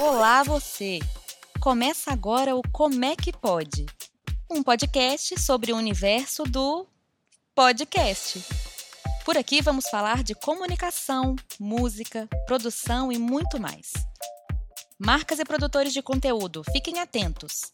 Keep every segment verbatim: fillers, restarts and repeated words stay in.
Olá você! Começa agora o Como é que Pode? Um podcast sobre o universo do podcast. Por aqui vamos falar de comunicação, música, produção e muito mais. Marcas e produtores de conteúdo, fiquem atentos!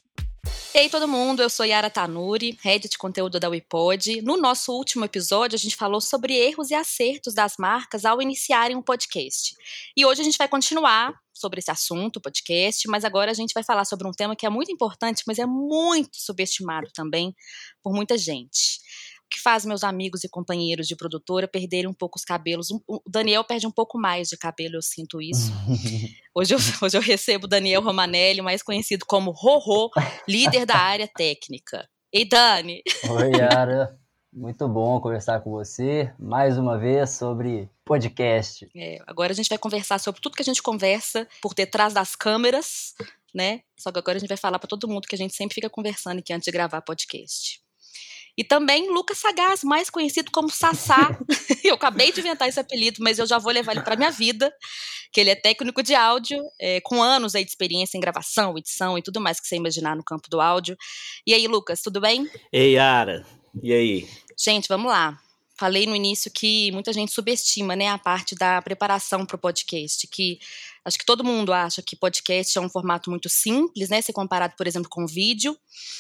E aí todo mundo, eu sou Yara Tanuri, head de conteúdo da WePod. No nosso último episódio a gente falou sobre erros e acertos das marcas ao iniciarem um podcast. E hoje a gente vai continuar sobre esse assunto, podcast, mas agora a gente vai falar sobre um tema que é muito importante, mas é muito subestimado também por muita gente. O que faz meus amigos e companheiros de produtora perderem um pouco os cabelos. O Daniel perde um pouco mais de cabelo, eu sinto isso. Hoje eu, hoje eu recebo o Daniel Romanelli, mais conhecido como Rorô, líder da área técnica. Ei, Dani! Oi, Yara. Muito bom conversar com você mais uma vez sobre podcast. É, agora a gente vai conversar sobre tudo que a gente conversa por detrás das câmeras, né? Só que agora a gente vai falar para todo mundo que a gente sempre fica conversando aqui antes de gravar podcast. E também Lucas Sagaz, mais conhecido como Sassá. Eu acabei de inventar esse apelido, mas eu já vou levar ele para minha vida, que ele é técnico de áudio, é, com anos aí de experiência em gravação, edição e tudo mais que você imaginar no campo do áudio. E aí, Lucas, tudo bem? Ei, Yara, e aí? Gente, vamos lá. Falei no início que muita gente subestima, né, a parte da preparação para o podcast, que acho que todo mundo acha que podcast é um formato muito simples, né, se comparado, por exemplo, com vídeo.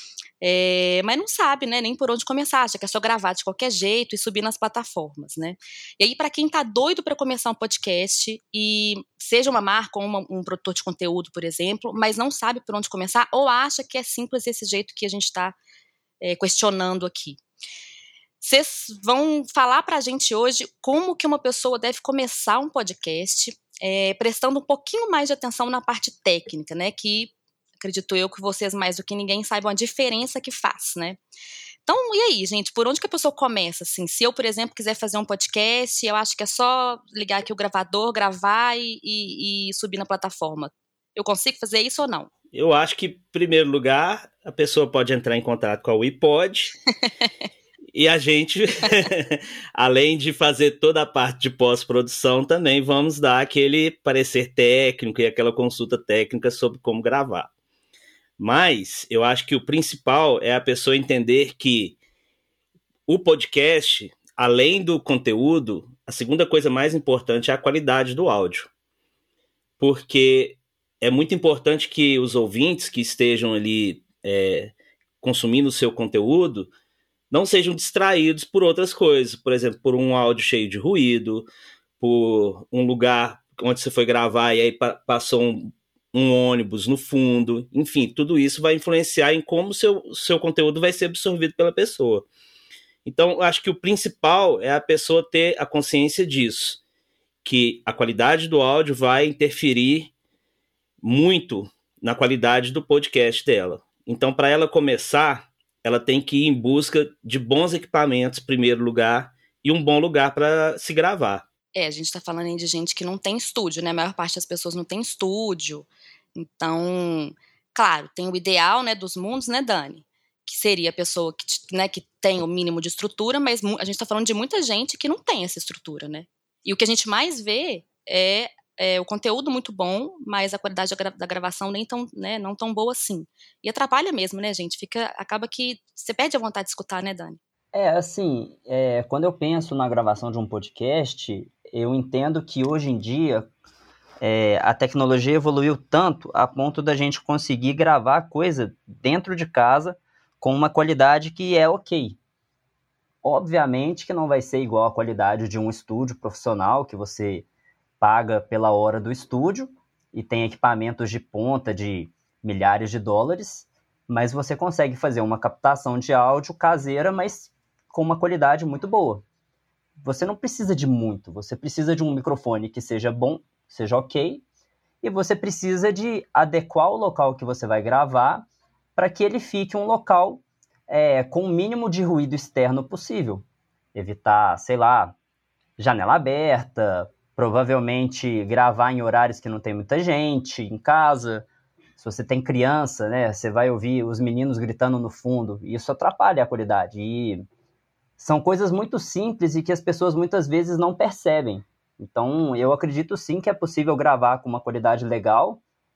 É, mas não sabe, né, nem por onde começar, acha que é só gravar de qualquer jeito e subir nas plataformas, né. E aí, para quem tá doido para começar um podcast, e seja uma marca ou uma, um produtor de conteúdo, por exemplo, mas não sabe por onde começar, ou acha que é simples desse jeito que a gente está é, questionando aqui. Vocês vão falar pra gente hoje como que uma pessoa deve começar um podcast, é, prestando um pouquinho mais de atenção na parte técnica, né, que acredito eu que vocês mais do que ninguém saibam a diferença que faz, né? Então, e aí, gente, por onde que a pessoa começa, assim? Se eu, por exemplo, quiser fazer um podcast, eu acho que é só ligar aqui o gravador, gravar e, e, e subir na plataforma. Eu consigo fazer isso ou não? Eu acho que, em primeiro lugar, a pessoa pode entrar em contato com a WePod e a gente, além de fazer toda a parte de pós-produção, também vamos dar aquele parecer técnico e aquela consulta técnica sobre como gravar. Mas eu acho que o principal é a pessoa entender que o podcast, além do conteúdo, a segunda coisa mais importante é a qualidade do áudio. Porque é muito importante que os ouvintes que estejam ali é, consumindo o seu conteúdo não sejam distraídos por outras coisas. Por exemplo, por um áudio cheio de ruído, por um lugar onde você foi gravar e aí pa- passou um um ônibus no fundo, enfim, tudo isso vai influenciar em como o seu, seu conteúdo vai ser absorvido pela pessoa. Então, eu acho que o principal é a pessoa ter a consciência disso, que a qualidade do áudio vai interferir muito na qualidade do podcast dela. Então, para ela começar, ela tem que ir em busca de bons equipamentos, em primeiro lugar, e um bom lugar para se gravar. É, a gente tá falando aí de gente que não tem estúdio, né? A maior parte das pessoas não tem estúdio. Então, claro, tem o ideal, né, dos mundos, né, Dani? Que seria a pessoa que, né, que tem o mínimo de estrutura, mas a gente tá falando de muita gente que não tem essa estrutura, né? E o que a gente mais vê é, é o conteúdo muito bom, mas a qualidade da, gra- da gravação nem tão, né, não tão boa assim. E atrapalha mesmo, né, gente? Fica, acaba que você perde a vontade de escutar, né, Dani? É, assim, é, quando eu penso na gravação de um podcast, eu entendo que hoje em dia é, a tecnologia evoluiu tanto a ponto da gente conseguir gravar coisa dentro de casa com uma qualidade que é ok. Obviamente que não vai ser igual a qualidade de um estúdio profissional, que você paga pela hora do estúdio e tem equipamentos de ponta de milhares de dólares, mas você consegue fazer uma captação de áudio caseira, mas com uma qualidade muito boa. Você não precisa de muito, você precisa de um microfone que seja bom, seja ok, e você precisa de adequar o local que você vai gravar para que ele fique um local é, com o mínimo de ruído externo possível. Evitar, sei lá, janela aberta, provavelmente gravar em horários que não tem muita gente, em casa. Se você tem criança, né, você vai ouvir os meninos gritando no fundo, e isso atrapalha a qualidade. E são coisas muito simples e que as pessoas muitas vezes não percebem. Então, eu acredito sim que é possível gravar com uma qualidade legal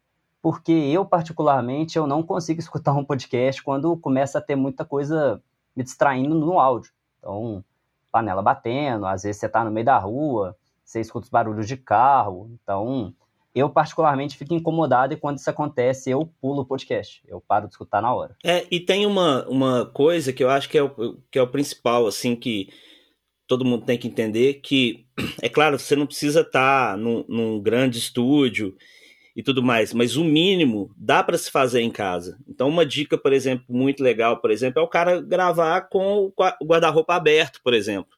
porque eu, particularmente, eu não consigo escutar um podcast quando começa a ter muita coisa me distraindo no áudio. Então, panela batendo, às vezes você tá no meio da rua, você escuta os barulhos de carro. Então, eu particularmente fico incomodado e quando isso acontece, eu pulo o podcast. Eu paro de escutar na hora. É, e tem uma, uma coisa que eu acho que é, o, que é o principal, assim, que todo mundo tem que entender, que, é claro, você não precisa estar num, num grande estúdio e tudo mais, mas o mínimo dá para se fazer em casa. Então, uma dica, por exemplo, muito legal, por exemplo, é o cara gravar com o guarda-roupa aberto, por exemplo,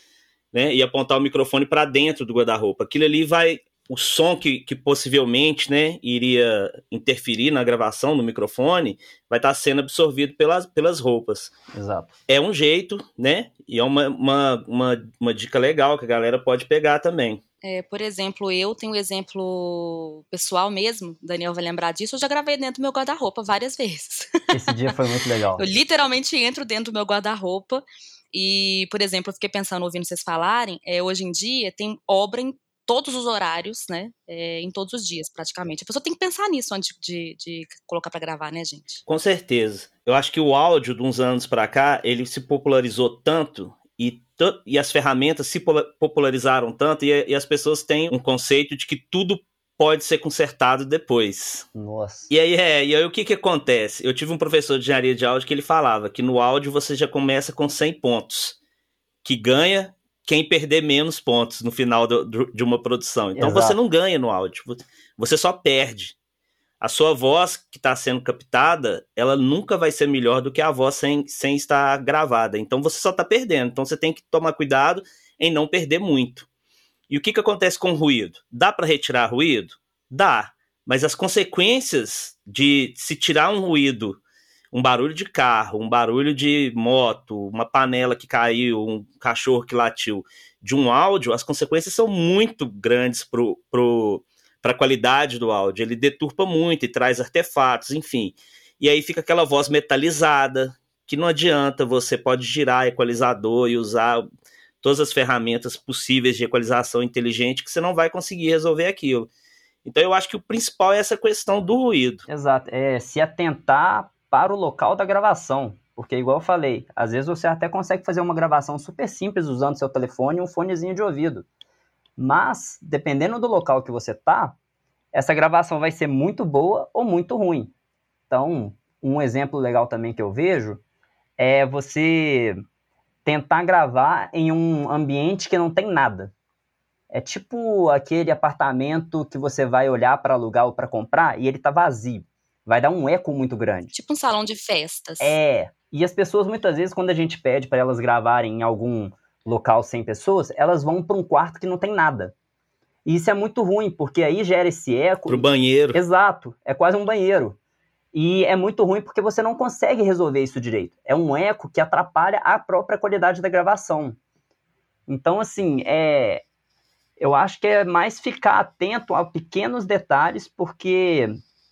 né? E apontar o microfone para dentro do guarda-roupa. Aquilo ali vai... O som que, que possivelmente, né, iria interferir na gravação do microfone vai estar sendo absorvido pelas, pelas roupas. Exato. É um jeito, né? E é uma, uma, uma, uma dica legal que a galera pode pegar também. É, por exemplo, eu tenho um exemplo pessoal mesmo, o Daniel vai lembrar disso, eu já gravei dentro do meu guarda-roupa várias vezes. Esse dia foi muito legal. Eu literalmente entro dentro do meu guarda-roupa e, por exemplo, eu fiquei pensando, ouvindo vocês falarem, é, hoje em dia tem obra em todos os horários, né, é, em todos os dias, praticamente. A pessoa tem que pensar nisso antes de, de colocar pra gravar, né, gente? Com certeza. Eu acho que o áudio, de uns anos pra cá, ele se popularizou tanto e, t- e as ferramentas se popularizaram tanto e, e as pessoas têm um conceito de que tudo pode ser consertado depois. Nossa. E aí, é, e aí o que que acontece? Eu tive um professor de engenharia de áudio que ele falava que no áudio você já começa com cem pontos, que ganha quem perder menos pontos no final do, do, de uma produção. Então Exato. Você não ganha no áudio, você só perde. A sua voz que está sendo captada, ela nunca vai ser melhor do que a voz sem, sem estar gravada. Então você só está perdendo. Então você tem que tomar cuidado em não perder muito. E o que, que acontece com o ruído? Dá para retirar ruído? Dá. Mas as consequências de se tirar um ruído, um barulho de carro, um barulho de moto, uma panela que caiu, um cachorro que latiu, de um áudio, as consequências são muito grandes pro, pro, para a qualidade do áudio. Ele deturpa muito e traz artefatos, enfim. E aí fica aquela voz metalizada, que não adianta, você pode girar equalizador e usar todas as ferramentas possíveis de equalização inteligente que você não vai conseguir resolver aquilo. Então eu acho que o principal é essa questão do ruído. Exato, é se atentar para o local da gravação, porque igual eu falei, às vezes você até consegue fazer uma gravação super simples usando seu telefone e um fonezinho de ouvido, mas dependendo do local que você tá, essa gravação vai ser muito boa ou muito ruim. Então, um exemplo legal também que eu vejo é você tentar gravar em um ambiente que não tem nada. É tipo aquele apartamento que você vai olhar para alugar ou para comprar e ele tá vazio. Vai dar um eco muito grande. Tipo um salão de festas. É, e as pessoas muitas vezes, quando a gente pede para elas gravarem em algum local sem pessoas, elas vão para um quarto que não tem nada. E isso é muito ruim, porque aí gera esse eco. Pro banheiro. Exato, é quase um banheiro. E é muito ruim porque você não consegue resolver isso direito. É um eco que atrapalha a própria qualidade da gravação. Então, assim, é... eu acho que é mais ficar atento a pequenos detalhes, porque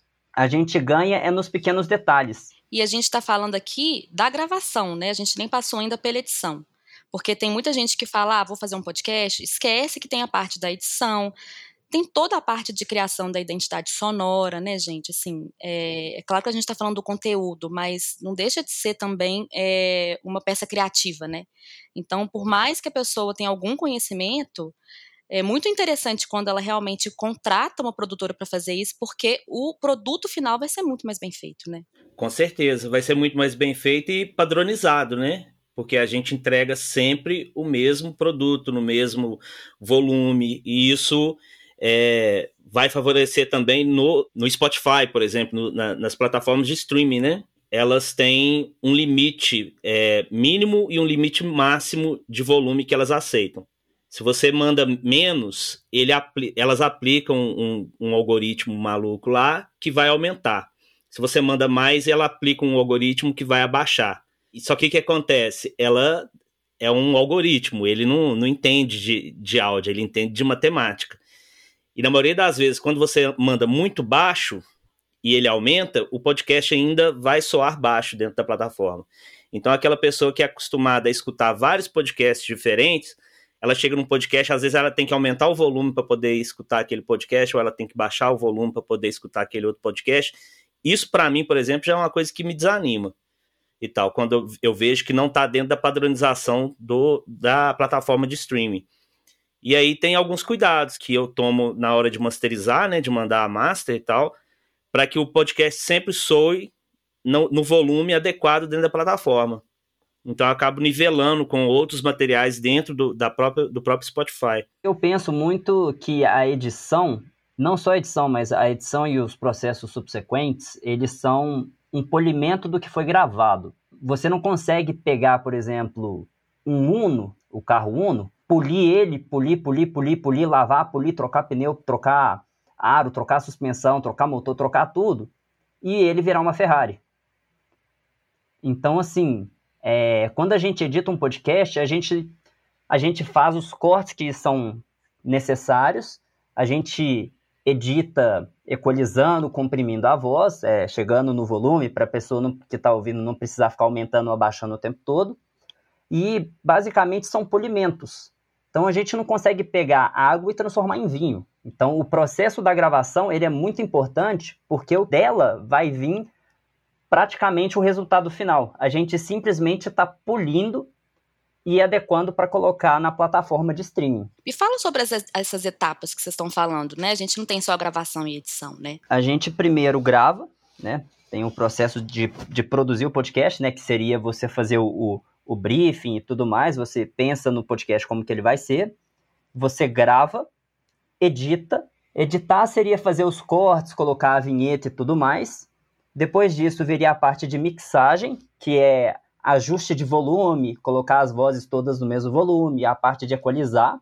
a gente ganha é nos pequenos detalhes. E a gente está falando aqui da gravação, né? A gente nem passou ainda pela edição. Porque tem muita gente que fala, ah, vou fazer um podcast, esquece que tem a parte da edição, tem toda a parte de criação da identidade sonora, né, gente? Assim, é, é claro que a gente está falando do conteúdo, mas não deixa de ser também é, uma peça criativa, né? Então, por mais que a pessoa tenha algum conhecimento, é muito interessante quando ela realmente contrata uma produtora para fazer isso, porque o produto final vai ser muito mais bem feito, né? Com certeza, vai ser muito mais bem feito e padronizado, né? Porque a gente entrega sempre o mesmo produto, no mesmo volume, e isso é, vai favorecer também no, no Spotify, por exemplo, no, na, nas plataformas de streaming, né? Elas têm um limite é, mínimo e um limite máximo de volume que elas aceitam. Se você manda menos, ele apli- elas aplicam um, um algoritmo maluco lá que vai aumentar. Se você manda mais, ela aplica um algoritmo que vai abaixar. Só que o que acontece? Ela é um algoritmo, ele não, não entende de, de áudio, ele entende de matemática. E na maioria das vezes, quando você manda muito baixo e ele aumenta, o podcast ainda vai soar baixo dentro da plataforma. Então aquela pessoa que é acostumada a escutar vários podcasts diferentes, ela chega num podcast, às vezes ela tem que aumentar o volume para poder escutar aquele podcast, ou ela tem que baixar o volume para poder escutar aquele outro podcast. Isso, para mim, por exemplo, já é uma coisa que me desanima e tal, quando eu, eu vejo que não está dentro da padronização do, da plataforma de streaming. E aí tem alguns cuidados que eu tomo na hora de masterizar, né, de mandar a master e tal, para que o podcast sempre soe no, no volume adequado dentro da plataforma. Então eu acabo nivelando com outros materiais dentro do, da própria, do próprio Spotify. Eu penso muito que a edição, não só a edição, mas a edição e os processos subsequentes, eles são um polimento do que foi gravado. Você não consegue pegar, por exemplo, um Uno, o carro Uno, polir ele, polir, polir, polir, polir, lavar, polir, trocar pneu, trocar aro, trocar suspensão, trocar motor, trocar tudo, e ele virar uma Ferrari. Então, assim, é, quando a gente edita um podcast, a gente, a gente faz os cortes que são necessários, a gente edita equalizando, comprimindo a voz, é, chegando no volume para a pessoa não, que está ouvindo não precisar ficar aumentando ou abaixando o tempo todo. E, basicamente, são polimentos. Então, a gente não consegue pegar água e transformar em vinho. Então, o processo da gravação ele é muito importante porque o dela vai vir praticamente o resultado final. A gente simplesmente está polindo e adequando para colocar na plataforma de streaming. Me fala sobre essas, essas etapas que vocês estão falando, né? A gente não tem só a gravação e edição, né? A gente primeiro grava, né? Tem o processo de, de produzir o podcast, né? Que seria você fazer o, o, o briefing e tudo mais. Você pensa no podcast como que ele vai ser. Você grava, edita. Editar seria fazer os cortes, colocar a vinheta e tudo mais. Depois disso, viria a parte de mixagem, que é ajuste de volume, colocar as vozes todas no mesmo volume, a parte de equalizar,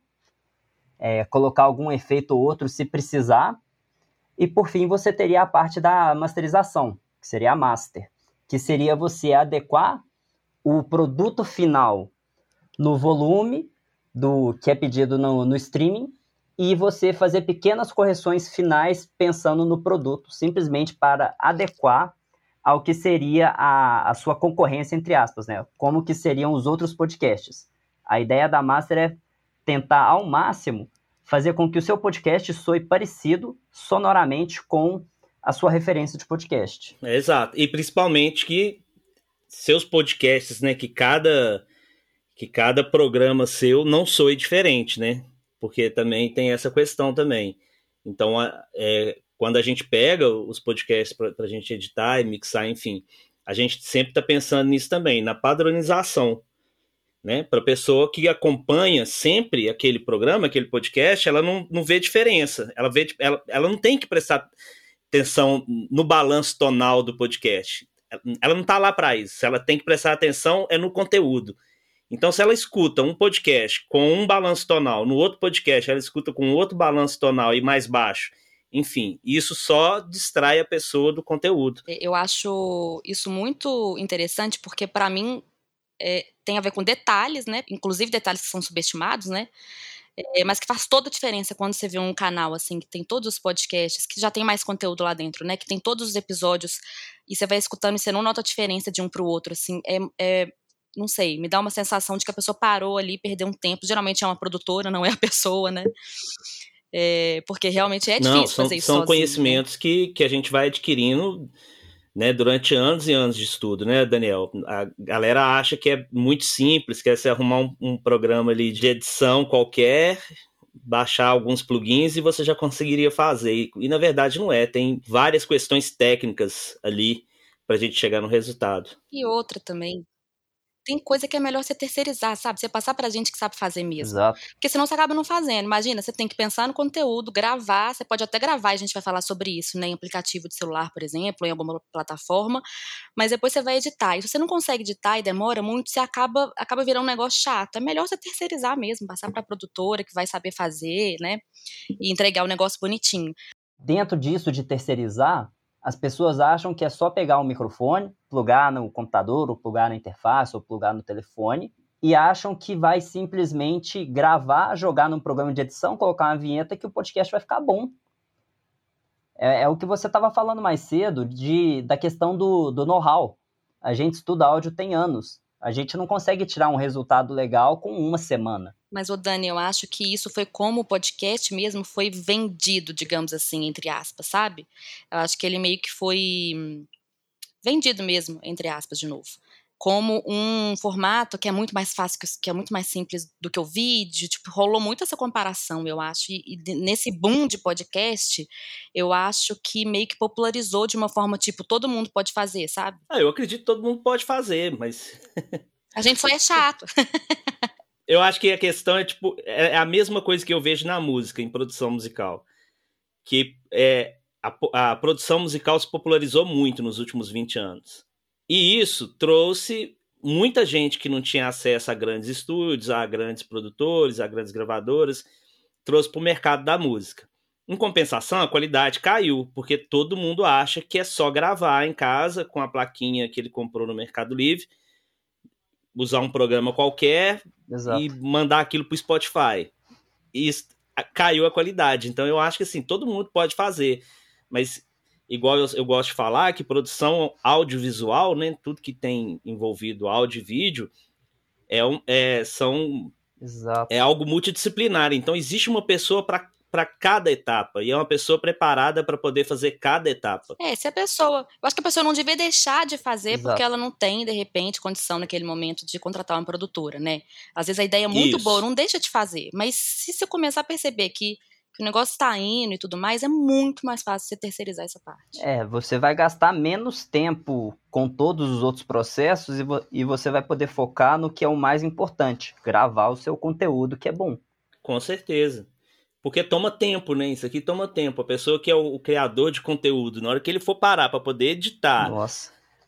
é, colocar algum efeito ou outro se precisar. E, por fim, você teria a parte da masterização, que seria a master, que seria você adequar o produto final no volume do que é pedido no, no streaming e você fazer pequenas correções finais pensando no produto, simplesmente para adequar ao que seria a, a sua concorrência, entre aspas, né? Como que seriam os outros podcasts. A ideia da Master é tentar, ao máximo, fazer com que o seu podcast soe parecido sonoramente com a sua referência de podcast. É, exato. E principalmente que seus podcasts, né? Que cada, que cada programa seu não soe diferente, né? Porque também tem essa questão também. Então, é, quando a gente pega os podcasts para a gente editar e mixar, enfim, a gente sempre está pensando nisso também, na padronização, né? Para a pessoa que acompanha sempre aquele programa, aquele podcast, ela não, não vê diferença. Ela, vê, ela, ela não tem que prestar atenção no balanço tonal do podcast. Ela não está lá para isso. Ela tem que prestar atenção é no conteúdo. Então, se ela escuta um podcast com um balanço tonal, no outro podcast ela escuta com outro balanço tonal e mais baixo, enfim, isso só distrai a pessoa do conteúdo. Eu acho isso muito interessante porque, para mim, é, tem a ver com detalhes, né? Inclusive detalhes que são subestimados, né? É, mas que faz toda a diferença quando você vê um canal assim, que tem todos os podcasts, que já tem mais conteúdo lá dentro, né? Que tem todos os episódios e você vai escutando e você não nota a diferença de um pro outro, assim, é... é não sei, me dá uma sensação de que a pessoa parou ali, perdeu um tempo. Geralmente é uma produtora, não é a pessoa, né? É, porque realmente é difícil não, são, fazer isso são sozinho, conhecimentos, né? que, que a gente vai adquirindo, né, durante anos e anos de estudo, né, Daniel? A galera acha que é muito simples, que é você arrumar um, um programa ali de edição qualquer, baixar alguns plugins e você já conseguiria fazer. E, e na verdade não é, tem várias questões técnicas ali pra gente chegar no resultado. E outra também, tem coisa que é melhor você terceirizar, sabe? Você passar pra gente que sabe fazer mesmo. Exato. Porque senão você acaba não fazendo. Imagina, você tem que pensar no conteúdo, gravar, você pode até gravar, a gente vai falar sobre isso, né? Em aplicativo de celular, por exemplo, em alguma plataforma, mas depois você vai editar. E se você não consegue editar e demora muito, você acaba, acaba virando um negócio chato. É melhor você terceirizar mesmo, passar pra produtora que vai saber fazer, né? E entregar o negócio bonitinho. Dentro disso de terceirizar, as pessoas acham que é só pegar um microfone, plugar no computador, ou plugar na interface, ou plugar no telefone, e acham que vai simplesmente gravar, jogar num programa de edição, colocar uma vinheta que o podcast vai ficar bom. É, é o que você estava falando mais cedo de, da questão do, do know-how. A gente estuda áudio tem anos. A gente não consegue tirar um resultado legal com uma semana. Mas, ô Dani, eu acho que isso foi como o podcast mesmo foi vendido, digamos assim, entre aspas, sabe? Eu acho que ele meio que foi vendido mesmo, entre aspas, de novo. Como um formato que é muito mais fácil, que é muito mais simples do que o vídeo. Tipo, rolou muito essa comparação, eu acho. E, e nesse boom de podcast, eu acho que meio que popularizou de uma forma, tipo, todo mundo pode fazer, sabe? Ah, eu acredito que todo mundo pode fazer, mas... A gente só é chato. Eu acho que a questão é, tipo, é a mesma coisa que eu vejo na música, em produção musical. Que é, a, a produção musical se popularizou muito nos últimos vinte anos. E isso trouxe muita gente que não tinha acesso a grandes estúdios, a grandes produtores, a grandes gravadoras, trouxe para o mercado da música. Em compensação, a qualidade caiu, porque todo mundo acha que é só gravar em casa com a plaquinha que ele comprou no Mercado Livre, usar um programa qualquer, exato, e mandar aquilo para o Spotify. E isso, caiu a qualidade. Então eu acho que assim, todo mundo pode fazer, mas igual eu, eu gosto de falar, que produção audiovisual, né, tudo que tem envolvido áudio e vídeo, é, um, é, são, exato, é algo multidisciplinar. Então existe uma pessoa para para cada etapa, e é uma pessoa preparada para poder fazer cada etapa. É, se a pessoa... Eu acho que a pessoa não devia deixar de fazer, exato, porque ela não tem, de repente, condição naquele momento de contratar uma produtora, né? Às vezes a ideia é muito Isso. boa, não deixa de fazer. Mas se você começar a perceber que, que o negócio está indo e tudo mais, é muito mais fácil você terceirizar essa parte. É, você vai gastar menos tempo com todos os outros processos e, vo- e você vai poder focar no que é o mais importante, gravar o seu conteúdo que é bom. Com certeza. Porque toma tempo, né? Isso aqui toma tempo. A pessoa que é o, o criador de conteúdo, na hora que ele for parar para poder editar, Nossa.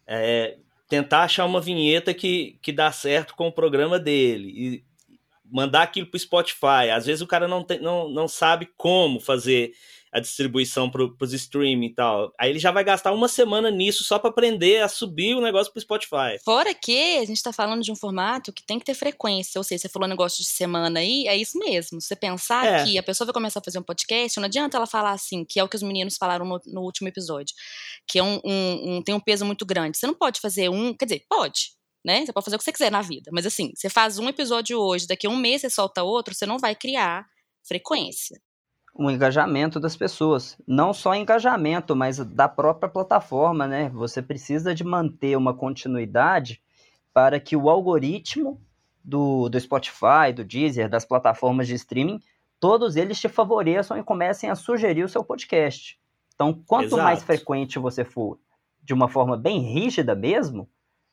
É, tentar achar uma vinheta que, que dá certo com o programa dele e mandar aquilo pro Spotify. Às vezes o cara não, tem, não, não sabe como fazer a distribuição pro, pros streaming e tal. Aí ele já vai gastar uma semana nisso só para aprender a subir o negócio pro Spotify. Fora que a gente tá falando de um formato que tem que ter frequência, ou seja, você falou negócio de semana aí, é isso mesmo. Você pensar É. que a pessoa vai começar a fazer um podcast, não adianta ela falar assim, que é o que os meninos falaram no, no último episódio, que é um, um, um, tem um peso muito grande. Você não pode fazer um, quer dizer, pode, né? Você pode fazer o que você quiser na vida, mas assim, você faz um episódio hoje, daqui a um mês você solta outro, você não vai criar frequência. O engajamento das pessoas. Não só engajamento, mas da própria plataforma, né? Você precisa de manter uma continuidade para que o algoritmo do, do Spotify, do Deezer, das plataformas de streaming, todos eles te favoreçam e comecem a sugerir o seu podcast. Então, quanto Exato. mais frequente você for, de uma forma bem rígida mesmo,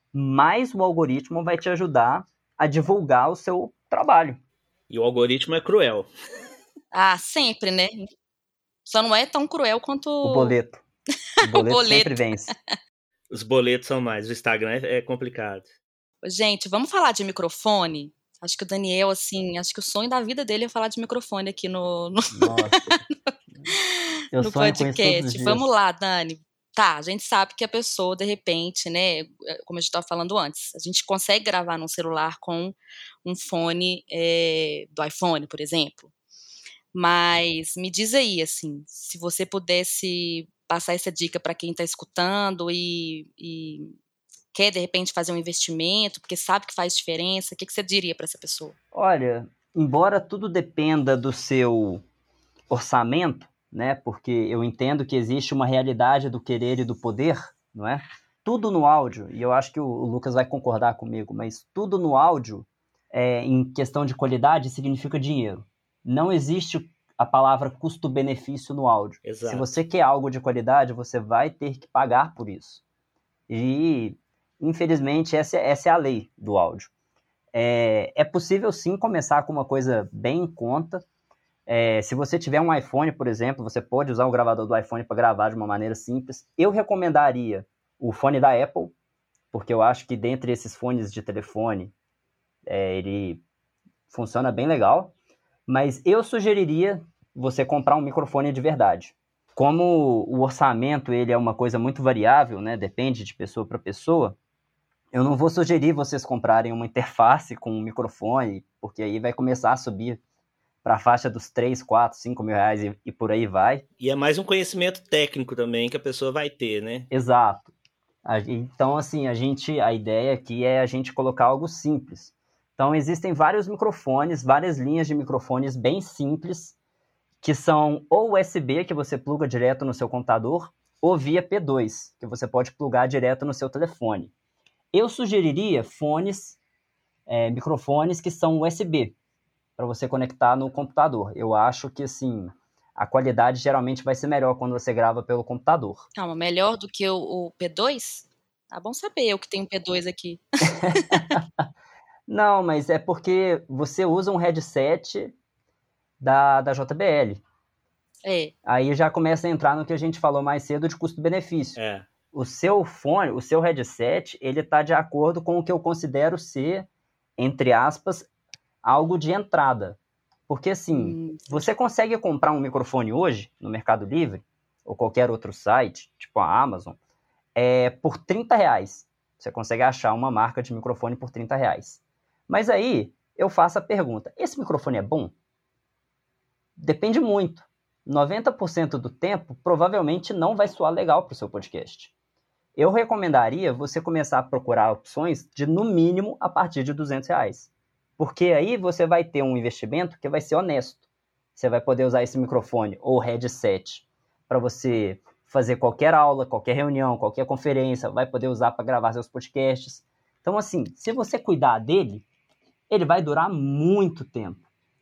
mais o algoritmo vai te ajudar a divulgar o seu trabalho. E o algoritmo é cruel. Ah, sempre, né? Só não é tão cruel quanto... O boleto. O boleto, o boleto. sempre vence. Os boletos são mais. O Instagram é, é complicado. Gente, vamos falar de microfone? Acho que o Daniel, assim, acho que o sonho da vida dele é falar de microfone aqui no, no, Eu no sonho com isso todos os podcast. dias. Vamos lá, Dani. Tá, a gente sabe que a pessoa, de repente, né, como a gente estava falando antes, a gente consegue gravar num celular com um fone é, do iPhone, por exemplo. Mas me diz aí, assim, se você pudesse passar essa dica para quem está escutando e, e quer, de repente, fazer um investimento, porque sabe que faz diferença, o que, que você diria para essa pessoa? Olha, embora tudo dependa do seu orçamento, né, porque eu entendo que existe uma realidade do querer e do poder, não é? Tudo no áudio, e eu acho que o, o Lucas vai concordar comigo, mas tudo no áudio, é, em questão de qualidade, significa dinheiro. Não existe a palavra custo-benefício no áudio. Exato. Se você quer algo de qualidade, você vai ter que pagar por isso. E, infelizmente, essa, essa é a lei do áudio. É, é possível, sim, começar com uma coisa bem em conta. É, se você tiver um iPhone, por exemplo, você pode usar o gravador do iPhone para gravar de uma maneira simples. Eu recomendaria o fone da Apple, porque eu acho que dentre esses fones de telefone, é, ele funciona bem legal. Mas eu sugeriria você comprar um microfone de verdade. Como o orçamento ele é uma coisa muito variável, né? Depende de pessoa para pessoa, eu não vou sugerir vocês comprarem uma interface com um microfone, porque aí vai começar a subir para a faixa dos três, quatro, cinco mil reais e, e por aí vai. E é mais um conhecimento técnico também que a pessoa vai ter, né? Exato. Então, assim, a gente, a ideia aqui é a gente colocar algo simples. Então, existem vários microfones, várias linhas de microfones bem simples, que são ou U S B, que você pluga direto no seu computador, ou via P dois, que você pode plugar direto no seu telefone. Eu sugeriria fones, é, microfones que são U S B, para você conectar no computador. Eu acho que, assim, a qualidade geralmente vai ser melhor quando você grava pelo computador. Calma, melhor do que o, o P dois? Ah, bom saber, eu que tenho P dois aqui. Não, mas é porque você usa um headset da, da J B L. É. Aí já começa a entrar no que a gente falou mais cedo de custo-benefício. É. O seu fone, o seu headset, ele está de acordo com o que eu considero ser, entre aspas, algo de entrada. Porque, assim, hum, você consegue comprar um microfone hoje, no Mercado Livre, ou qualquer outro site, tipo a Amazon, é, por trinta reais. Você consegue achar uma marca de microfone por trinta reais. Mas aí, eu faço a pergunta, esse microfone é bom? Depende muito. noventa por cento do tempo, provavelmente não vai soar legal para o seu podcast. Eu recomendaria você começar a procurar opções de, no mínimo, a partir de duzentos reais. Porque aí você vai ter um investimento que vai ser honesto. Você vai poder usar esse microfone ou headset para você fazer qualquer aula, qualquer reunião, qualquer conferência, vai poder usar para gravar seus podcasts. Então, assim, se você cuidar dele, ele vai durar muito tempo.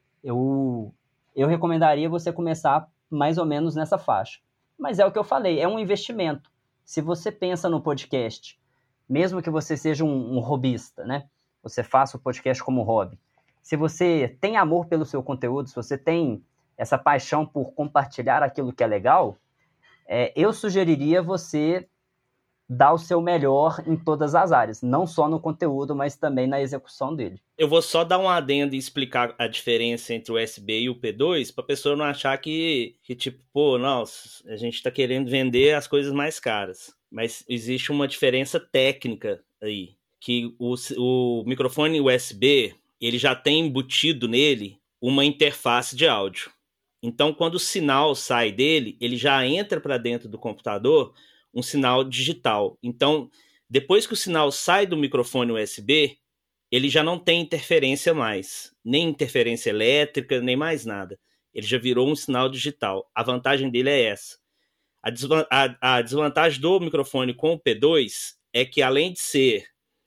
Eu, eu recomendaria você começar mais ou menos nessa faixa. Mas é o que eu falei, é um investimento. Se você pensa no podcast, mesmo que você seja um, um hobbyista, né? Você faça o podcast como hobby. Se você tem amor pelo seu conteúdo, se você tem essa paixão por compartilhar aquilo que é legal, é, eu sugeriria você dar o seu melhor em todas as áreas. Não só no conteúdo, mas também na execução dele. Eu vou só dar um adendo e explicar a diferença entre o U S B e o P dois, para a pessoa não achar que, que, tipo, pô, nossa, a gente está querendo vender as coisas mais caras. Mas existe uma diferença técnica aí. Que o, o microfone U S B, ele já tem embutido nele uma interface de áudio. Então, quando o sinal sai dele, ele já entra para dentro do computador um sinal digital. Então, depois que o sinal sai do microfone U S B, ele já não tem interferência mais. Nem interferência elétrica, nem mais nada. Ele já virou um sinal digital. A vantagem dele é essa. A, desvan- a, a desvantagem do microfone com o P dois é que, além de ser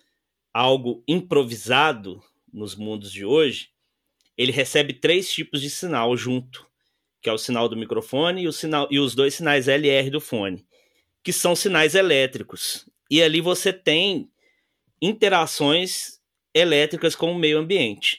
algo improvisado nos mundos de hoje, ele recebe três tipos de sinal junto, que é o sinal do microfone e, o sinal, e os dois sinais L R do fone, que são sinais elétricos. E ali você tem interações elétricas com o meio ambiente.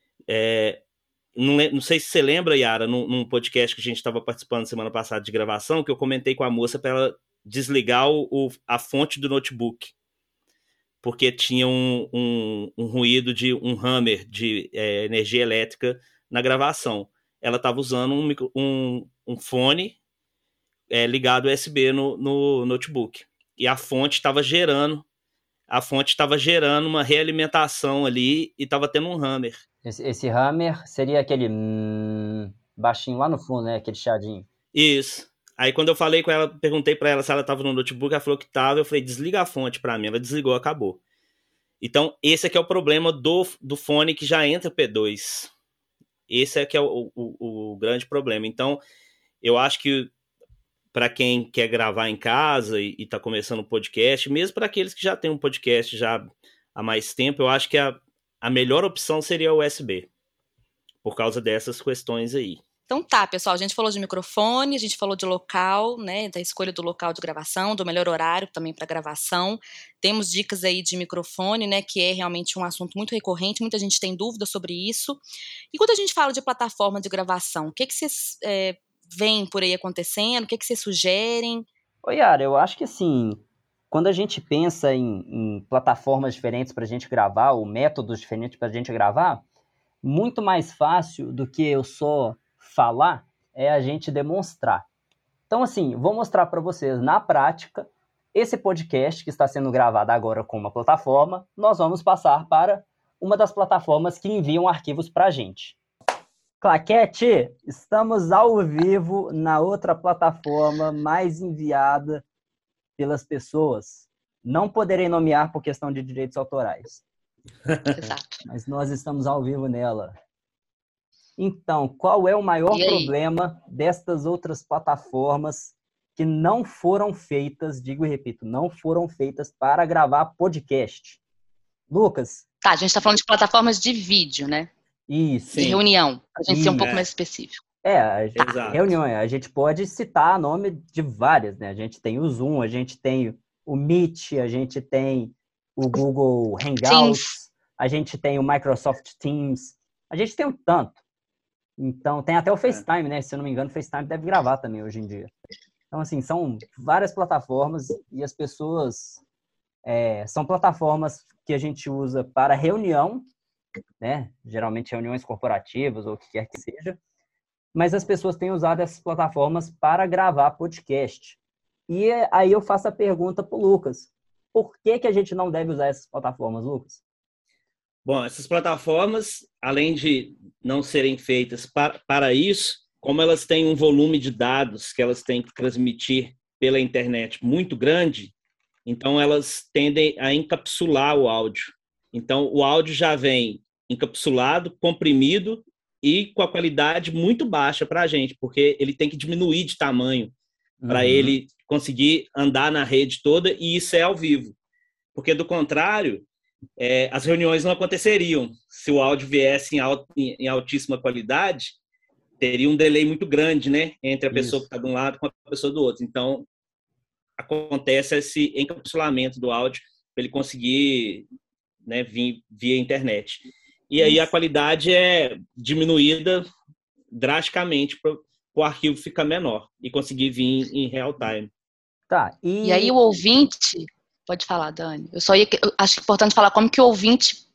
É, não, não sei se você lembra, Yara, num, num podcast que a gente estava participando semana passada de gravação, que eu comentei com a moça para ela desligar o, o, a fonte do notebook, porque tinha um, um, um ruído de um hammer de é, energia elétrica na gravação. Ela estava usando um, um, um fone é, ligado U S B no, no notebook. E a fonte estava gerando, a fonte estava gerando uma realimentação ali e estava tendo um hammer. Esse, esse hammer seria aquele hum, baixinho lá no fundo, né? Aquele chiadinho. Isso. Aí quando eu falei com ela, perguntei para ela se ela estava no notebook, ela falou que estava, eu falei, desliga a fonte para mim. Ela desligou, acabou. Então, esse aqui é o problema do, do fone que já entra P dois. Esse é que é o, o, o grande problema. Então, eu acho que para quem quer gravar em casa e está começando um podcast, mesmo para aqueles que já têm um podcast já há mais tempo, eu acho que a, a melhor opção seria o U S B, por causa dessas questões aí. Então tá, pessoal, a gente falou de microfone, a gente falou de local, né, da escolha do local de gravação, do melhor horário também para gravação. Temos dicas aí de microfone, né, que é realmente um assunto muito recorrente, muita gente tem dúvida sobre isso. E quando a gente fala de plataforma de gravação, o que que vocês é, veem por aí acontecendo, o que que vocês sugerem? Ô Yara, eu acho que assim, quando a gente pensa em, em plataformas diferentes para a gente gravar, ou métodos diferentes para a gente gravar, muito mais fácil do que eu só falar é a gente demonstrar. Então, assim, vou mostrar para vocês na prática esse podcast que está sendo gravado agora com uma plataforma. Nós vamos passar para uma das plataformas que enviam arquivos para a gente. Claquete, estamos ao vivo na outra plataforma mais enviada pelas pessoas. Não poderei nomear por questão de direitos autorais. Exato. Mas nós estamos ao vivo nela. Então, qual é o maior problema destas outras plataformas que não foram feitas, digo e repito, não foram feitas para gravar podcast? Lucas? Tá, a gente está falando de plataformas de vídeo, né? Isso. De Sim. reunião, para a gente Isso. ser um pouco mais específico. É, a gente, tá. reuniões, a gente pode citar nome de várias, né? A gente tem o Zoom, a gente tem o Meet, a gente tem o Google Hangouts, Teams. A gente tem o Microsoft Teams, a gente tem um tanto. Então, tem até o FaceTime, né? Se eu não me engano, o FaceTime deve gravar também hoje em dia. Então, assim, são várias plataformas e as pessoas... É, são plataformas que a gente usa para reunião, né? Geralmente reuniões corporativas ou o que quer que seja. Mas as pessoas têm usado essas plataformas para gravar podcast. E aí eu faço a pergunta para o Lucas. Por que que a gente não deve usar essas plataformas, Lucas? Bom, essas plataformas, além de não serem feitas para, para isso, como elas têm um volume de dados que elas têm que transmitir pela internet muito grande, então elas tendem a encapsular o áudio. Então o áudio já vem encapsulado, comprimido e com a qualidade muito baixa para a gente, porque ele tem que diminuir de tamanho uhum. para ele conseguir andar na rede toda, e isso é ao vivo. Porque, do contrário, é, as reuniões não aconteceriam. Se o áudio viesse em, alt, em, em altíssima qualidade, teria um delay muito grande, né, entre a pessoa isso. que está de um lado com a pessoa do outro. Então, acontece esse encapsulamento do áudio para ele conseguir, né, vir via internet. E aí a qualidade é diminuída drasticamente para o arquivo ficar menor e conseguir vir em real time. Tá. E... e aí o ouvinte... Pode falar, Dani. Eu só ia... Eu acho importante falar como que o ouvinte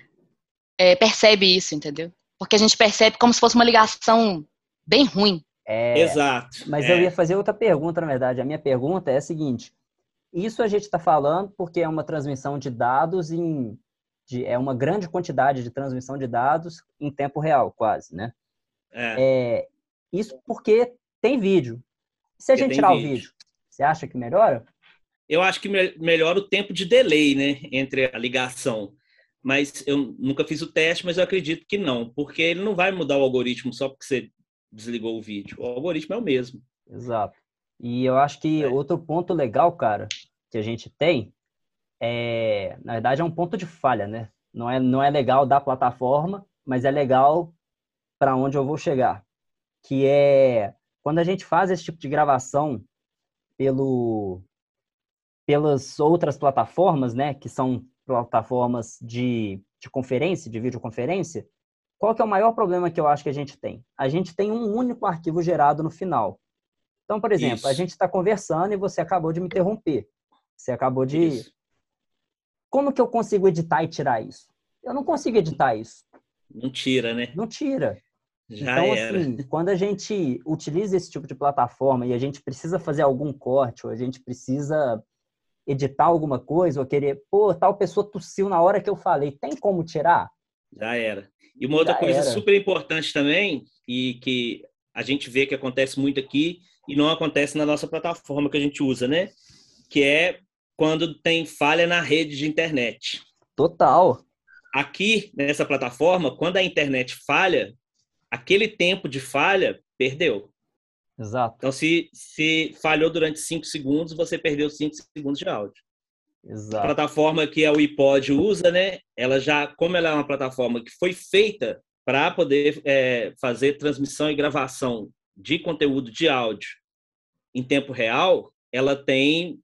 é, percebe isso, entendeu? Porque a gente percebe como se fosse uma ligação bem ruim. É, Exato. Mas é. eu ia fazer outra pergunta, na verdade. A minha pergunta é a seguinte. Isso a gente está falando porque é uma transmissão de dados em... De, é uma grande quantidade de transmissão de dados em tempo real, quase, né? É. É, isso porque tem vídeo. Se a porque gente tirar vídeo. o vídeo, você acha que melhora? Eu acho que me- melhora o tempo de delay, né, entre a ligação. Mas eu nunca fiz o teste, mas eu acredito que não, porque ele não vai mudar o algoritmo só porque você desligou o vídeo. O algoritmo é o mesmo. Exato. E eu acho que É. outro ponto legal, cara, que a gente tem É, na verdade, é um ponto de falha, né? Não é, não é legal da plataforma, mas é legal para onde eu vou chegar. Que é quando a gente faz esse tipo de gravação pelo, pelas outras plataformas, né? Que são plataformas de, de conferência, de videoconferência. Qual que é o maior problema que eu acho que a gente tem? A gente tem um único arquivo gerado no final. Então, por exemplo, Isso. a gente está conversando e você acabou de me interromper. Você acabou de... Isso. Como que eu consigo editar e tirar isso? Eu não consigo editar isso. Não tira, né? Não tira. Já então, era. assim, quando a gente utiliza esse tipo de plataforma e a gente precisa fazer algum corte, ou a gente precisa editar alguma coisa, ou querer, pô, tal pessoa tossiu na hora que eu falei, tem como tirar? Já era. E uma outra Já coisa era. super importante também, e que a gente vê que acontece muito aqui, e não acontece na nossa plataforma que a gente usa, né? Que é quando tem falha na rede de internet. Total. Aqui, nessa plataforma, quando a internet falha, aquele tempo de falha perdeu. Exato. Então, se, se falhou durante cinco segundos, você perdeu cinco segundos de áudio. Exato. A plataforma que a iPod usa, né? Ela já, como ela é uma plataforma que foi feita para poder é, fazer transmissão e gravação de conteúdo de áudio em tempo real, ela tem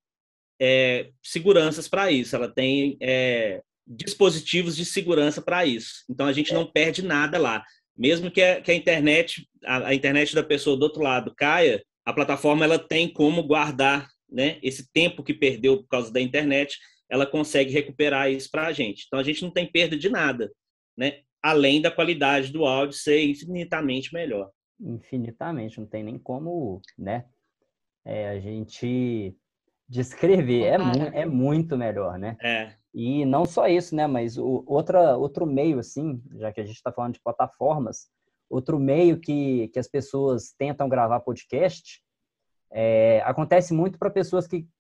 é, seguranças para isso, ela tem é, dispositivos de segurança para isso. Então a gente não perde nada lá. Mesmo que a, que a internet, a, a internet da pessoa do outro lado caia, a plataforma ela tem como guardar, né, esse tempo que perdeu por causa da internet, ela consegue recuperar isso para a gente. Então a gente não tem perda de nada, né? Além da qualidade do áudio ser infinitamente melhor. Infinitamente, não tem nem como, né? É, a gente descrever, é, mu é muito melhor, né? É. E não só isso, né? Mas o, outra, outro meio, assim, já que a gente está falando de plataformas, outro meio que, que as pessoas tentam gravar podcast, é, acontece muito para pessoas que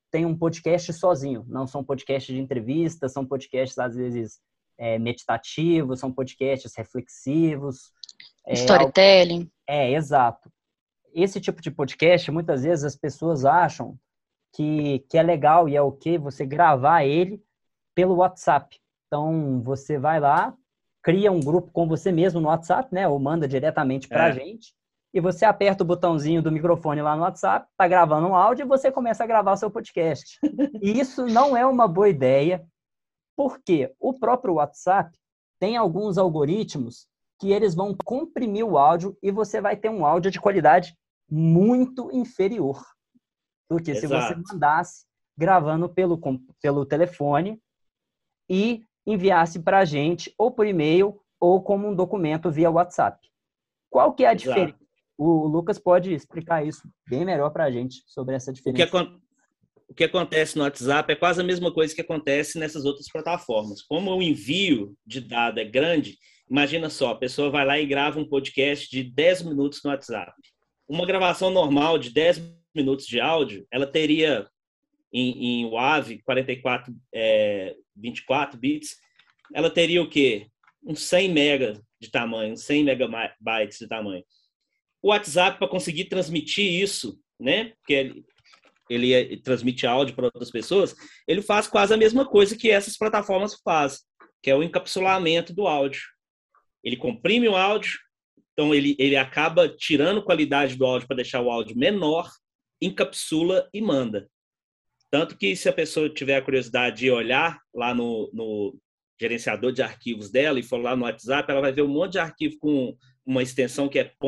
tem um podcast sozinho. Não são podcasts de entrevistas, são podcasts, às vezes, é, meditativos, são podcasts reflexivos. É, Storytelling. É, exato. Esse tipo de podcast, muitas vezes as pessoas acham que, que é legal e é ok você gravar ele pelo WhatsApp. Então, você vai lá, cria um grupo com você mesmo no WhatsApp, né? Ou manda diretamente para a É. gente. E você aperta o botãozinho do microfone lá no WhatsApp, tá gravando um áudio e você começa a gravar o seu podcast. E isso não é uma boa ideia, porque o próprio WhatsApp tem alguns algoritmos que eles vão comprimir o áudio e você vai ter um áudio de qualidade muito inferior do que se você Exato. mandasse gravando pelo, pelo telefone e enviasse para a gente ou por e-mail ou como um documento via WhatsApp. Qual que é a Exato. diferença? O Lucas pode explicar isso bem melhor para a gente sobre essa diferença. O que, o que acontece no WhatsApp é quase a mesma coisa que acontece nessas outras plataformas. Como o envio de dado é grande, imagina só, a pessoa vai lá e grava um podcast de dez minutos no WhatsApp. Uma gravação normal de dez minutos de áudio, ela teria em, em W A V quarenta e quatro, é, vinte e quatro bits, ela teria o quê? Uns cem mega de tamanho, uns cem megabytes de tamanho. O WhatsApp, para conseguir transmitir isso, né? Porque ele, ele, ele transmite áudio para outras pessoas, ele faz quase a mesma coisa que essas plataformas fazem, que é o encapsulamento do áudio. Ele comprime o áudio, então ele, ele acaba tirando qualidade do áudio para deixar o áudio menor, encapsula e manda. Tanto que se a pessoa tiver a curiosidade de olhar lá no, no gerenciador de arquivos dela e for lá no WhatsApp, ela vai ver um monte de arquivo com uma extensão que é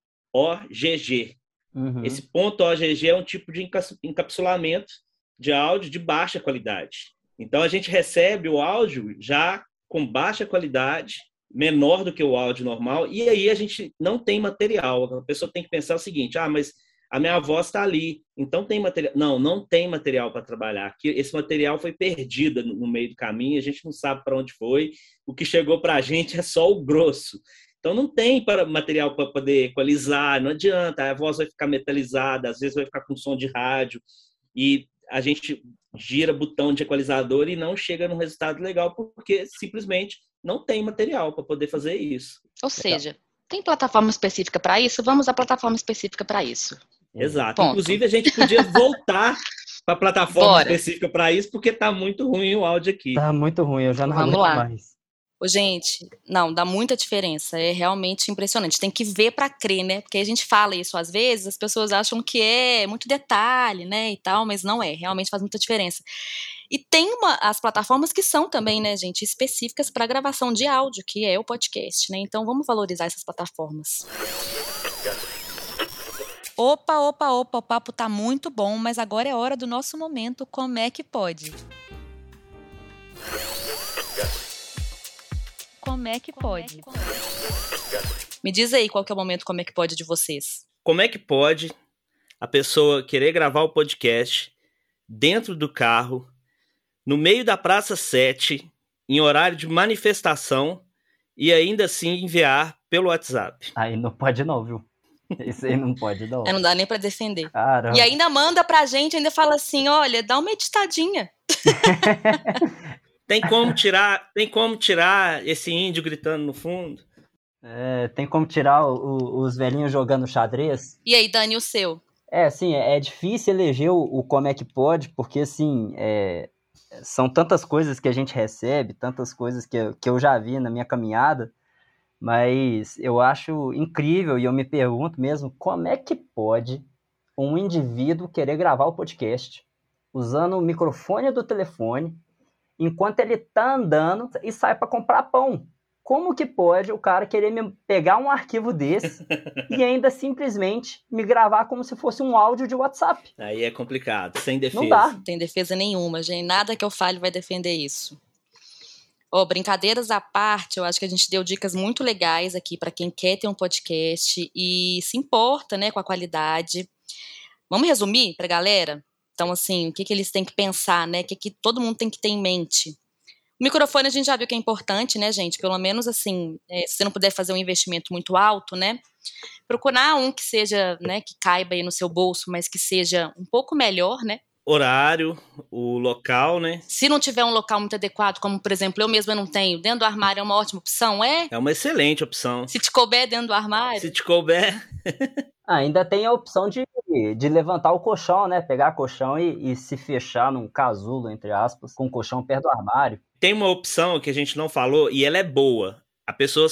.ogg. Uhum. Esse .ogg é um tipo de encapsulamento de áudio de baixa qualidade. Então, a gente recebe o áudio já com baixa qualidade, menor do que o áudio normal, e aí a gente não tem material. A pessoa tem que pensar o seguinte, ah, mas a minha voz está ali, então tem material. Não, não tem material para trabalhar. Esse material foi perdido no meio do caminho, a gente não sabe para onde foi. O que chegou para a gente é só o grosso. Então não tem para, material para poder equalizar, não adianta, a voz vai ficar metalizada, às vezes vai ficar com som de rádio, e a gente gira botão de equalizador e não chega num resultado legal, porque simplesmente não tem material para poder fazer isso. Ou seja, legal. Tem plataforma específica para isso? Vamos à plataforma específica para isso. Exato. Ponto. Inclusive, a gente podia voltar para a plataforma Bora. específica para isso, porque está muito ruim o áudio aqui. Tá muito ruim, eu já não Vamos aguento lá. mais. Ô, gente, não, dá muita diferença, é realmente impressionante, tem que ver pra crer, né, porque a gente fala isso às vezes, as pessoas acham que é muito detalhe, né, e tal, mas não é, realmente faz muita diferença. E tem uma, as plataformas que são também, né, gente, específicas para gravação de áudio, que é o podcast, né, então vamos valorizar essas plataformas. Opa, opa, opa, o papo tá muito bom, mas agora é hora do nosso momento, como é que pode? Como é que pode? Me diz aí qual que é o momento como é que pode de vocês. Como é que pode a pessoa querer gravar o podcast dentro do carro, no meio da Praça sete, em horário de manifestação e ainda assim enviar pelo WhatsApp? Aí não pode não, viu? Isso aí não pode não. É, não dá nem pra defender. Caramba. E ainda manda pra gente, ainda fala assim, olha, dá uma editadinha. Tem como tirar, tem como tirar esse índio gritando no fundo? É, tem como tirar o, o, os velhinhos jogando xadrez? E aí, Dani, o seu? É, assim, é, é difícil eleger o, o como é que pode, porque, assim, é, são tantas coisas que a gente recebe, tantas coisas que eu, que eu já vi na minha caminhada, mas eu acho incrível e eu me pergunto mesmo, como é que pode um indivíduo querer gravar o podcast usando o microfone do telefone, enquanto ele tá andando e sai para comprar pão? Como que pode o cara querer me pegar um arquivo desse e ainda simplesmente me gravar como se fosse um áudio de WhatsApp? Aí é complicado, sem defesa. Não dá. Não tem defesa nenhuma, gente. Nada que eu fale vai defender isso. Oh, brincadeiras à parte, eu acho que a gente deu dicas muito legais aqui para quem quer ter um podcast e se importa, né, com a qualidade. Vamos resumir pra galera? Então, assim, o que, que eles têm que pensar, né? O que, que todo mundo tem que ter em mente? O microfone a gente já viu que é importante, né, gente? Pelo menos, assim, é, se você não puder fazer um investimento muito alto, né? Procurar um que seja, né, que caiba aí no seu bolso, mas que seja um pouco melhor, né? horário, o local, né? Se não tiver um local muito adequado, como, por exemplo, eu mesma não tenho, dentro do armário é uma ótima opção, é? É uma excelente opção. Se te couber dentro do armário? Se te couber... Ah, ainda tem a opção de, de levantar o colchão, né? Pegar colchão e, e se fechar num casulo, entre aspas, com o colchão perto do armário. Tem uma opção que a gente não falou e ela é boa. A pessoa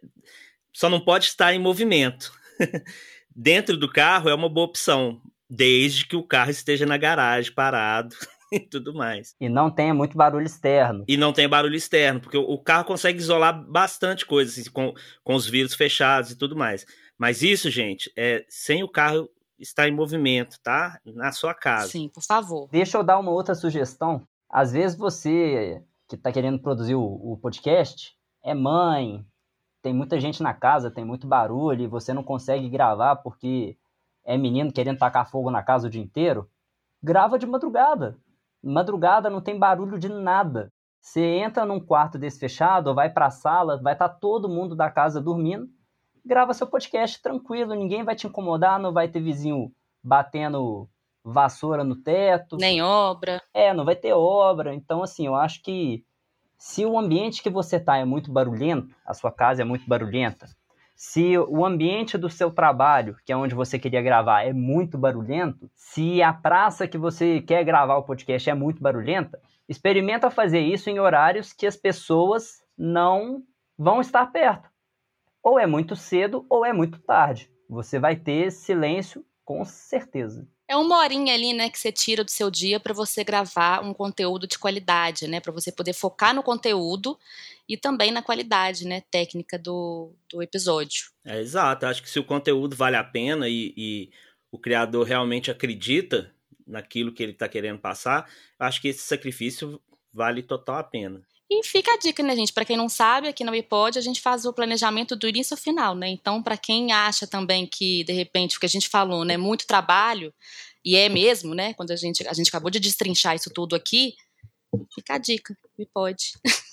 só não pode estar em movimento. Dentro do carro é uma boa opção, desde que o carro esteja na garagem, parado e tudo mais. E não tenha muito barulho externo. E não tenha barulho externo, porque o carro consegue isolar bastante coisa, assim, com, com os vidros fechados e tudo mais. Mas isso, gente, é sem o carro estar em movimento, tá? Na sua casa. Sim, por favor. Deixa eu dar uma outra sugestão. Às vezes você que está querendo produzir o, o podcast é mãe, tem muita gente na casa, tem muito barulho e você não consegue gravar porque é menino querendo tacar fogo na casa o dia inteiro. Grava de madrugada. Madrugada não tem barulho de nada. Você entra num quarto desse fechado ou vai para a sala, vai estar todo mundo da casa dormindo. Grava seu podcast tranquilo, ninguém vai te incomodar, não vai ter vizinho batendo vassoura no teto. Nem obra. É, não vai ter obra. Então, assim, eu acho que se o ambiente que você tá é muito barulhento, a sua casa é muito barulhenta, se o ambiente do seu trabalho, que é onde você queria gravar, é muito barulhento, se a praça que você quer gravar o podcast é muito barulhenta, experimenta fazer isso em horários que as pessoas não vão estar perto. Ou é muito cedo ou é muito tarde. Você vai ter silêncio com certeza. É uma horinha ali, né, que você tira do seu dia para você gravar um conteúdo de qualidade, né, para você poder focar no conteúdo e também na qualidade, né, técnica do, do episódio. É, exato. Acho que se o conteúdo vale a pena e, e o criador realmente acredita naquilo que ele está querendo passar, acho que esse sacrifício vale total a pena. E fica a dica, né, gente? Para quem não sabe, aqui na WePod a gente faz o planejamento do início ao final, né? Então, para quem acha também que, de repente, o que a gente falou, né, muito trabalho, e é mesmo, né? Quando a gente, a gente acabou de destrinchar isso tudo aqui, fica a dica, WePod.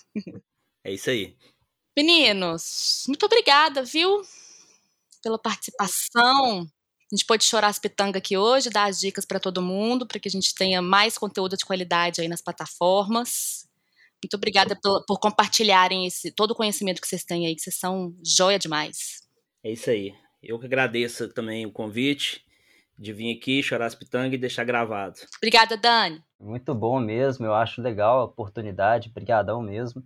É isso aí. Meninos, muito obrigada, viu? Pela participação. A gente pôde chorar as pitangas aqui hoje, dar as dicas para todo mundo, para que a gente tenha mais conteúdo de qualidade aí nas plataformas. Muito obrigada por, por compartilharem esse, todo o conhecimento que vocês têm aí, que vocês são joia demais. É isso aí. Eu que agradeço também o convite de vir aqui, chorar as pitangas e deixar gravado. Obrigada, Dani. Muito bom mesmo, eu acho legal a oportunidade, brigadão mesmo.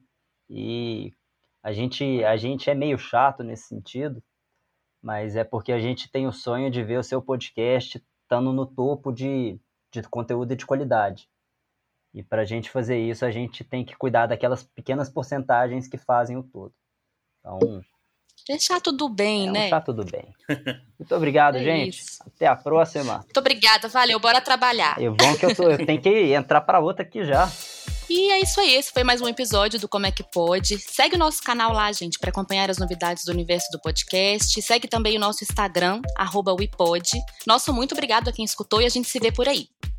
E a gente, a gente é meio chato nesse sentido, mas é porque a gente tem o sonho de ver o seu podcast estando no topo de, de conteúdo de qualidade. E para a gente fazer isso, a gente tem que cuidar daquelas pequenas porcentagens que fazem o todo. Então... deixar tudo bem, é, né? Deixar tudo bem. Muito obrigado, é gente. Isso. Até a próxima. Muito obrigada, valeu. Bora trabalhar. É bom que eu, tô, eu tenho que entrar para outra aqui já. E é isso aí, esse foi mais um episódio do Como é que Pode. Segue o nosso canal lá, gente, para acompanhar as novidades do universo do podcast. Segue também o nosso Instagram, arroba WePod. Nosso muito obrigado a quem escutou e a gente se vê por aí.